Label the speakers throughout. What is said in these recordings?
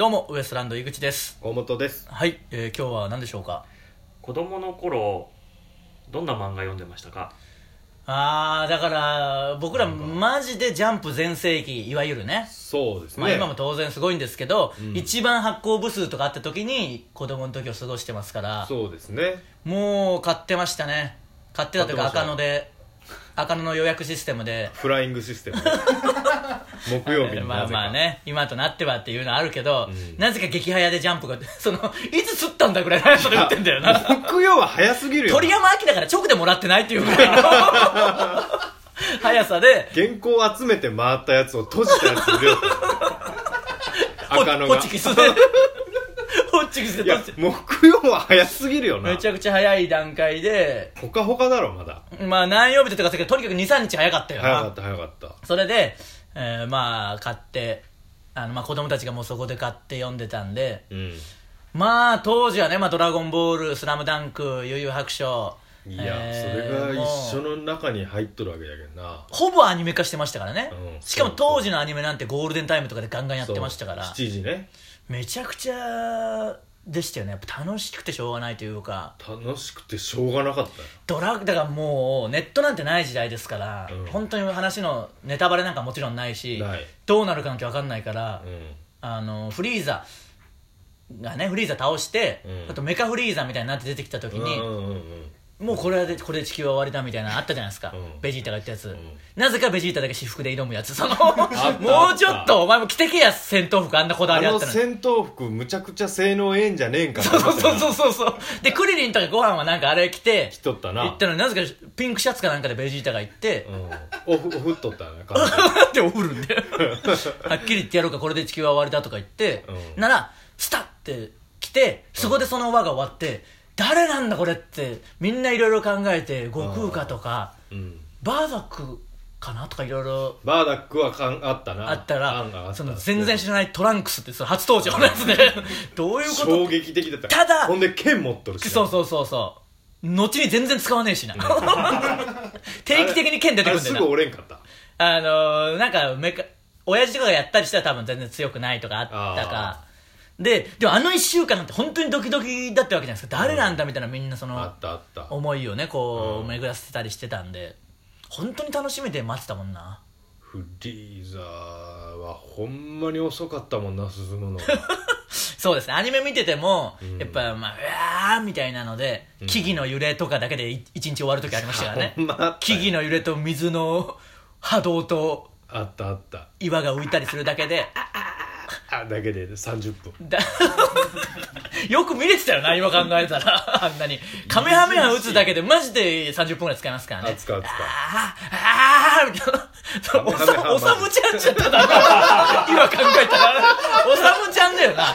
Speaker 1: どうもウエストランド井口です。
Speaker 2: 大本です。
Speaker 1: はい、今日は何でしょうか。
Speaker 3: 子供の頃どんな漫画読んでましたか？
Speaker 1: だから僕らマジでジャンプ全盛期、いわゆるね、
Speaker 2: そうですね、
Speaker 1: 今も当然すごいんですけど、一番発行部数とかあった時に子供の時を過ごしてますから、
Speaker 2: そうですね、
Speaker 1: もう買ってましたね。買ってたというか赤野の予約システムで
Speaker 2: フライングシステム木曜日に
Speaker 1: まあね、今となってはっていうのはあるけど、なぜか激早でジャンプがいつ釣ったんだぐらいの速さで売ってんだよな。
Speaker 2: 木曜は早すぎるよ。
Speaker 1: 鳥山明だから直でもらってないっていうぐらいの速さで
Speaker 2: 原稿を集めて回ったやつを閉じたやつ売れよ赤野が
Speaker 1: ホチキスでホチキスで
Speaker 2: いや木曜は早すぎるよな。
Speaker 1: めちゃくちゃ早い段階で
Speaker 2: ほかほかだろまだ。
Speaker 1: まあ何曜日とかだけどとにかく 2,3 日早かったよな。
Speaker 2: 早かった。
Speaker 1: それで、まあ買って子供たちがもうそこで買って読んでたんで、まあ当時はね、ドラゴンボール、スラムダンク、悠々白書、
Speaker 2: いや、それが一緒の中に入っとるわけだけどな。
Speaker 1: ほぼアニメ化してましたからね、しかも当時のアニメなんてゴールデンタイムとかでガンガンやってましたから、
Speaker 2: 7時ね、
Speaker 1: めちゃくちゃでしたよね。やっぱ楽しくてしょうがないというか、
Speaker 2: 楽しくてしょうがなかったよ。
Speaker 1: だからもうネットなんてない時代ですから、本当に話のネタバレなんかもちろんないし、どうなるかなんて分かんないから、フリーザがね、フリーザ倒して、あとメカフリーザみたいになって出てきた時に、もうこれで地球は終わりだみたいなのあったじゃないですか、ベジータが言ったやつ、なぜかベジータだけ私服で挑むやつ、もうちょっとお前も着てけや戦闘服、あんなこだわりあったのに。
Speaker 2: 戦闘服むちゃくちゃ性能ええんじゃねえんか。
Speaker 1: そうでクリリンとかご飯はなんかあれ着て
Speaker 2: 着とったな。
Speaker 1: 行ったのになぜかピンクシャツかなんかでベジータが行って、
Speaker 2: オフっとったね。
Speaker 1: でオフるんではっきり言ってやろうか、これで地球は終わりだとか言って、ならスタッって来て、そこでその輪が終わって、誰なんだこれってみんないろいろ考えて、悟空かとか、バーザックかなとかいろいろ、
Speaker 2: バーダックはあったな。
Speaker 1: あったら、その全然知らないトランクスってその初登場のやつでどういうこと。
Speaker 2: 衝撃的だった。
Speaker 1: ただ
Speaker 2: ほんで剣持っとるし。
Speaker 1: そう後に全然使わねえしな定期的に剣出てくるんだよな。
Speaker 2: すぐ折れんかった。
Speaker 1: なんか親父とかがやったりしたら多分全然強くないとかあったかでも1週間なんて本当にドキドキだったわけじゃないですか。誰なんだみたいな、みんなその
Speaker 2: あった
Speaker 1: 思いをねこう巡らせてたりしてたんで、本当に楽しみで待ってたもんな。
Speaker 2: フリーザーはほんまに遅かったもんな、進むのが
Speaker 1: そうですね、アニメ見てても、やっぱうわーみたいなので、木々の揺れとかだけで一日終わる時ありましたからね木々の揺れと水の波動と
Speaker 2: あった
Speaker 1: 岩が浮いたりするだけで
Speaker 2: だけで30分
Speaker 1: よく見れてたよな、今考えたらあんなにカメハメハ打つだけでマジで30分ぐらい使いますからね。
Speaker 2: 使う
Speaker 1: みたいなおさむちゃんちゃったな今考えたらおさむちゃんだよな。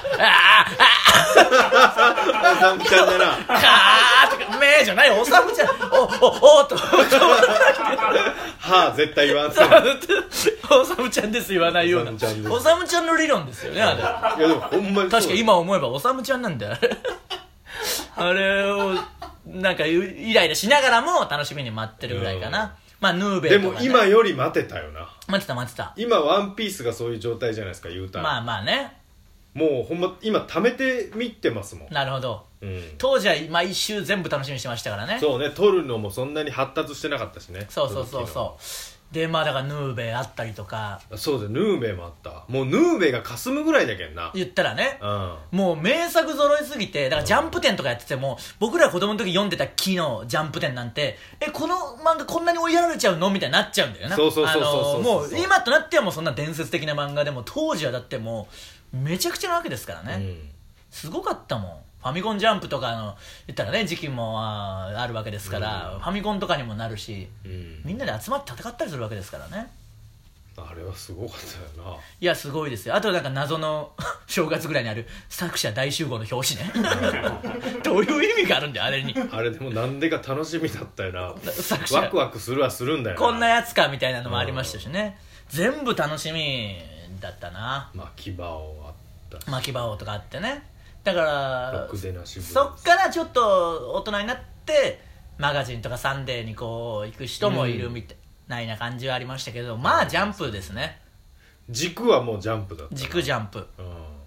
Speaker 2: おさむちゃんだな。
Speaker 1: とかめーじゃないおさむちゃんおと
Speaker 2: はあ絶対言わんす
Speaker 1: おさむちゃんです言わないようなおさむちゃんの理論ですよねあれ。
Speaker 2: いやでもほんまに
Speaker 1: 確か今思えばおさむちゃんなんだよあれをなんかイライラしながらも楽しみに待ってるぐらいかな。ヌーベイとか、ね、
Speaker 2: でも今より待てたよな。
Speaker 1: 待ってた
Speaker 2: 今ワンピースがそういう状態じゃないですか、言うたら。
Speaker 1: まあね、
Speaker 2: もうほんま今貯めてみてますもん。
Speaker 1: なるほど、当時は毎週全部楽しみにしてましたからね。
Speaker 2: そうね、撮るのもそんなに発達してなかったしね。
Speaker 1: そうでだからヌーベイあったりとか。
Speaker 2: そうだ、ヌーベイもあった。もうヌーベイが霞むぐらいだけんな、
Speaker 1: 言ったらね、もう名作揃いすぎて、だからジャンプ展とかやってても、僕ら子供の時読んでた木のジャンプ展なんてこの漫画こんなに追いやられちゃうのみたいになっちゃうんだよな。
Speaker 2: そう
Speaker 1: もう今となってはもうそんな伝説的な漫画でも、当時はだってもうめちゃくちゃなわけですからね、すごかったもん。ファミコンジャンプとか言ったらね時期もあるわけですから、ファミコンとかにもなるし、みんなで集まって戦ったりするわけですからね。
Speaker 2: あれはすごかったよな。
Speaker 1: いやすごいですよ。あとなんか謎の正月ぐらいにある作者大集合の表紙ねどういう意味があるんだよあれに。
Speaker 2: あれでもなんでか楽しみだったよな
Speaker 1: 作者
Speaker 2: ワクワクするはするんだよな、
Speaker 1: こんなやつかみたいなのもありましたしね、全部楽しみだったな。
Speaker 2: 巻き場をあったし、
Speaker 1: 巻き場王とかあってね。だから
Speaker 2: ろくでなし
Speaker 1: そっからちょっと大人になってマガジンとかサンデーにこう行く人もいるみたいな感じはありましたけど、まあジャンプですね。
Speaker 2: 軸はもうジャンプだったな。
Speaker 1: 軸ジャンプ、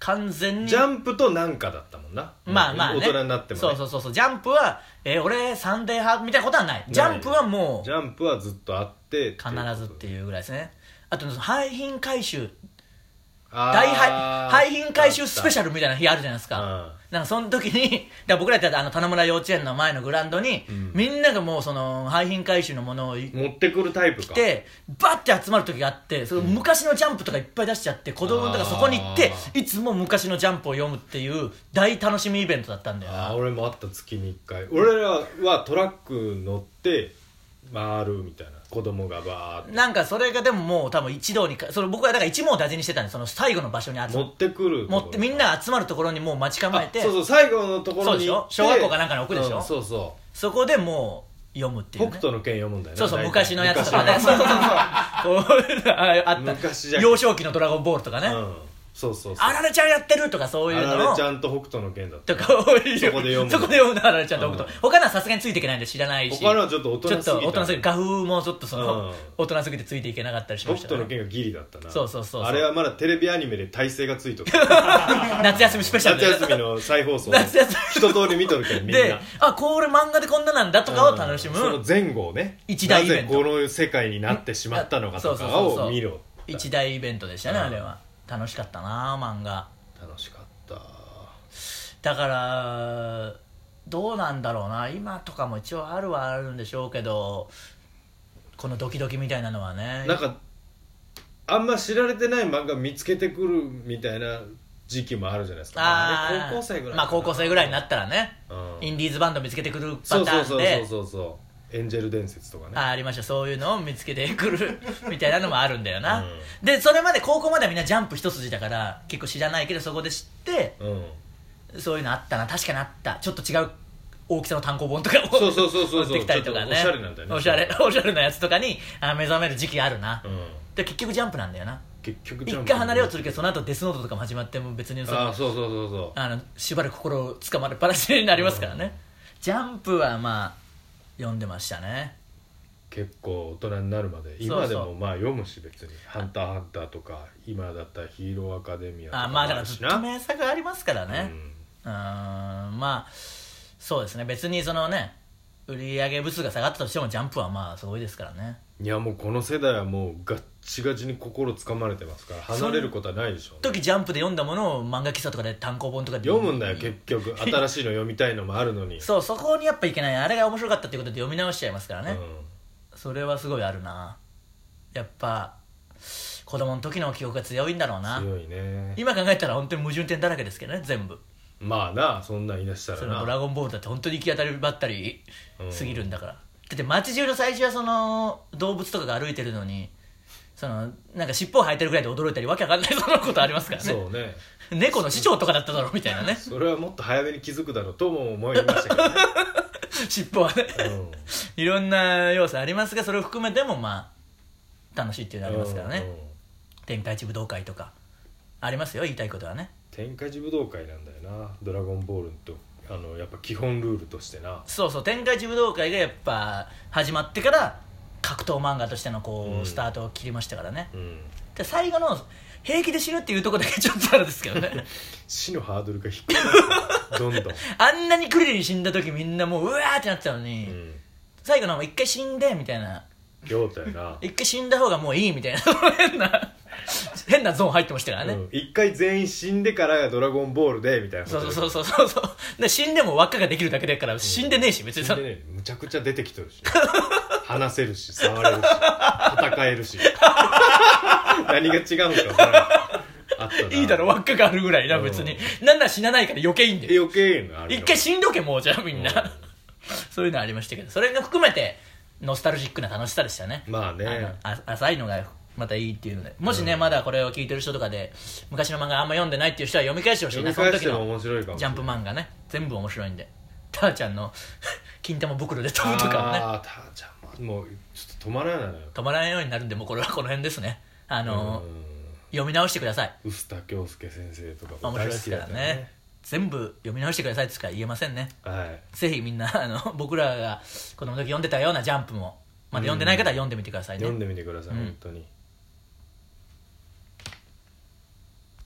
Speaker 1: 完全に
Speaker 2: ジャンプとなんかだったもんな。
Speaker 1: まあまあね、
Speaker 2: 大人になってもね。
Speaker 1: そうジャンプは俺サンデー派みたいなことはない。ジャンプはもう
Speaker 2: ジャンプはずっとあって
Speaker 1: 必ずっていうぐらいですね。あと廃品回収、
Speaker 2: 廃
Speaker 1: 廃品回収スペシャルみたいな日あるじゃないですか。なんかその時にだから僕らやったら棚村幼稚園の前のグラウンドに、みんながもうその廃品回収のものを
Speaker 2: 持ってくるタイプか
Speaker 1: でバッて集まる時があって、その昔のジャンプとかいっぱい出しちゃって、子供とかそこに行っていつも昔のジャンプを読むっていう大楽しみイベントだったんだよな。
Speaker 2: 俺もあった。月に1回俺らはトラック乗って回るみたいな、子供がバーって
Speaker 1: なんかそれがでももう多分一堂にそれ僕はだから一網打尽にしてたんで、その最後の場所に
Speaker 2: 持ってくる
Speaker 1: 持ってみんなが集まるところにもう待ち構えて、
Speaker 2: そう最後のところに行って
Speaker 1: 小学校かなんかに置くでしょ、そこでもう読むっていう、ね、
Speaker 2: 北斗の拳読むんだよね。
Speaker 1: そう昔のやつとかね、そうあった幼少期のドラゴンボールとかね、あられちゃんやってるとかそういうのを、
Speaker 2: あられちゃんと北斗の拳だった
Speaker 1: とかそこで読むの、あられちゃんと北斗、他のはさすがについていけないんで知らないし、
Speaker 2: 他のはちょっと大人すぎた、
Speaker 1: 画風もちょっと大人すぎてついていけなかったりしました
Speaker 2: 北斗の拳がギリだったな。
Speaker 1: そう
Speaker 2: あれはまだテレビアニメで体勢がついとる
Speaker 1: 夏休みスペシャルで
Speaker 2: 夏休みの再放送
Speaker 1: 夏休み
Speaker 2: 一通り見とるけどみんな
Speaker 1: で、これ漫画でこんななんだとかを楽しむ、
Speaker 2: その前後をね、
Speaker 1: 一大イベント、
Speaker 2: なぜこの世界になってしまったのかとかを見ろ。
Speaker 1: 一大イベントでしたね、あれは。楽しかったな漫画。
Speaker 2: 楽しかった。
Speaker 1: だからどうなんだろうな、今とかも一応あるんでしょうけど、このドキドキみたいなのはね、
Speaker 2: なんかあんま知られてない漫画見つけてくるみたいな時期もあるじゃないですか。高校生ぐらい、
Speaker 1: 高校生ぐらいになったらね、インディーズバンド見つけてくるパターンで、
Speaker 2: エンジェル伝説とかね、
Speaker 1: ありました。そういうのを見つけてくるみたいなのもあるんだよな、でそれまで高校まではみんなジャンプ一筋だから結構知らないけど、そこで知って、そういうのあったな、確かにあった。ちょっと違う大きさの単行本とかを持ってきたりとかね、
Speaker 2: おしゃれなんだよね、
Speaker 1: おしゃれなやつとかに目覚める時期あるな、で結局ジャンプなんだよな。一回離れようとするけど、その後デスノートとかも始まっても別にしばらく心をつかまれっぱなしになりますからね、ジャンプはまあ読んでましたね。
Speaker 2: 結構大人になるまで。今でもまあ読むし、別にハンターハンターとか、今だったらヒーローアカデミアとか
Speaker 1: まあだからずっと名作ありますからね、まあそうですね。別にそのね、売上部数が下がったとしてもジャンプはまあすごいですからね。
Speaker 2: いやもうこの世代はもうガッチガチに心つかまれてますから、離れることはないでしょうね。
Speaker 1: 時ジャンプで読んだものを漫画喫茶とかで単行本とかで
Speaker 2: 読むんだよ結局。新しいの読みたいのもあるのに
Speaker 1: そこにやっぱいけない。あれが面白かったっていうことで読み直しちゃいますからね、それはすごいあるな。やっぱ子供の時の記憶が強いんだろうな。
Speaker 2: 強いね。
Speaker 1: 今考えたら本当に矛盾点だらけですけどね、全部。
Speaker 2: まあな、そんなん言い出したらな。
Speaker 1: そのドラゴンボールだって本当に行き当たりばったりすぎるんだから、だって街中の最初はその動物とかが歩いてるのに、そのなんか尻尾を生えてるぐらいで驚いたりわけわかんないそのことありますからね。
Speaker 2: そうね。
Speaker 1: 猫の師匠とかだっただろうみたいなね。
Speaker 2: それはもっと早めに気づくだろうとも思いましたけどね
Speaker 1: 尻尾はね、いろんな要素ありますが、それを含めてもまあ楽しいっていうのありますからね、天下一武道会とかありますよ、言いたいことはね。
Speaker 2: 天下一武道会なんだよな、ドラゴンボールとやっぱ基本ルールとしてな。
Speaker 1: そう天下一武道会がやっぱ始まってから格闘漫画としてのこう、スタートを切りましたからね、で最後の平気で死ぬっていうところだけちょっとあるんですけどね
Speaker 2: 死のハードルが低いどんどん
Speaker 1: あんなにクリリン死んだ時みんなもううわーってなってたのに、最後の一回死んでみたいな、
Speaker 2: 行ったよな
Speaker 1: 一回死んだ方がもういいみたいな変なゾーン入ってましたからね、
Speaker 2: 一回全員死んでからドラゴンボールでみたいな。
Speaker 1: そうで死んでも輪っかができるだけだから、死んでねえし別に
Speaker 2: 死んでねえ、むちゃくちゃ出てきとるし話せるし触れるし戦えるし何が違うんか分からん。あったな。
Speaker 1: いいだろ輪っかがあるぐらいな、別になんなら死なないから余計いいんだよ。
Speaker 2: 余計いいのある。
Speaker 1: 一回死んどけもうじゃあみんなそういうのありましたけど、それが含めてノスタルジックな楽しさでしたね。
Speaker 2: まあね、
Speaker 1: 浅いのがまたいいっていうので、もしね、まだこれを聞いてる人とかで昔の漫画あんま読んでないっていう人は読み返してほしいな。その時のジャンプ漫画ね、全部面白いんで。ターちゃんの金玉袋で飛ぶとかね、
Speaker 2: ターちゃんもうちょっと止まらないのよ。
Speaker 1: 止まらないようになるんで、もうこれはこの辺ですね。読み直してください。
Speaker 2: 臼田恭介先生とか
Speaker 1: 面白いですからね。全部読み直してくださいってしか言えませんね、ぜひみんな僕らが子供の時読んでたようなジャンプもまだ読んでない方は読んでみてくださいね。
Speaker 2: 読んでみてください、本当に。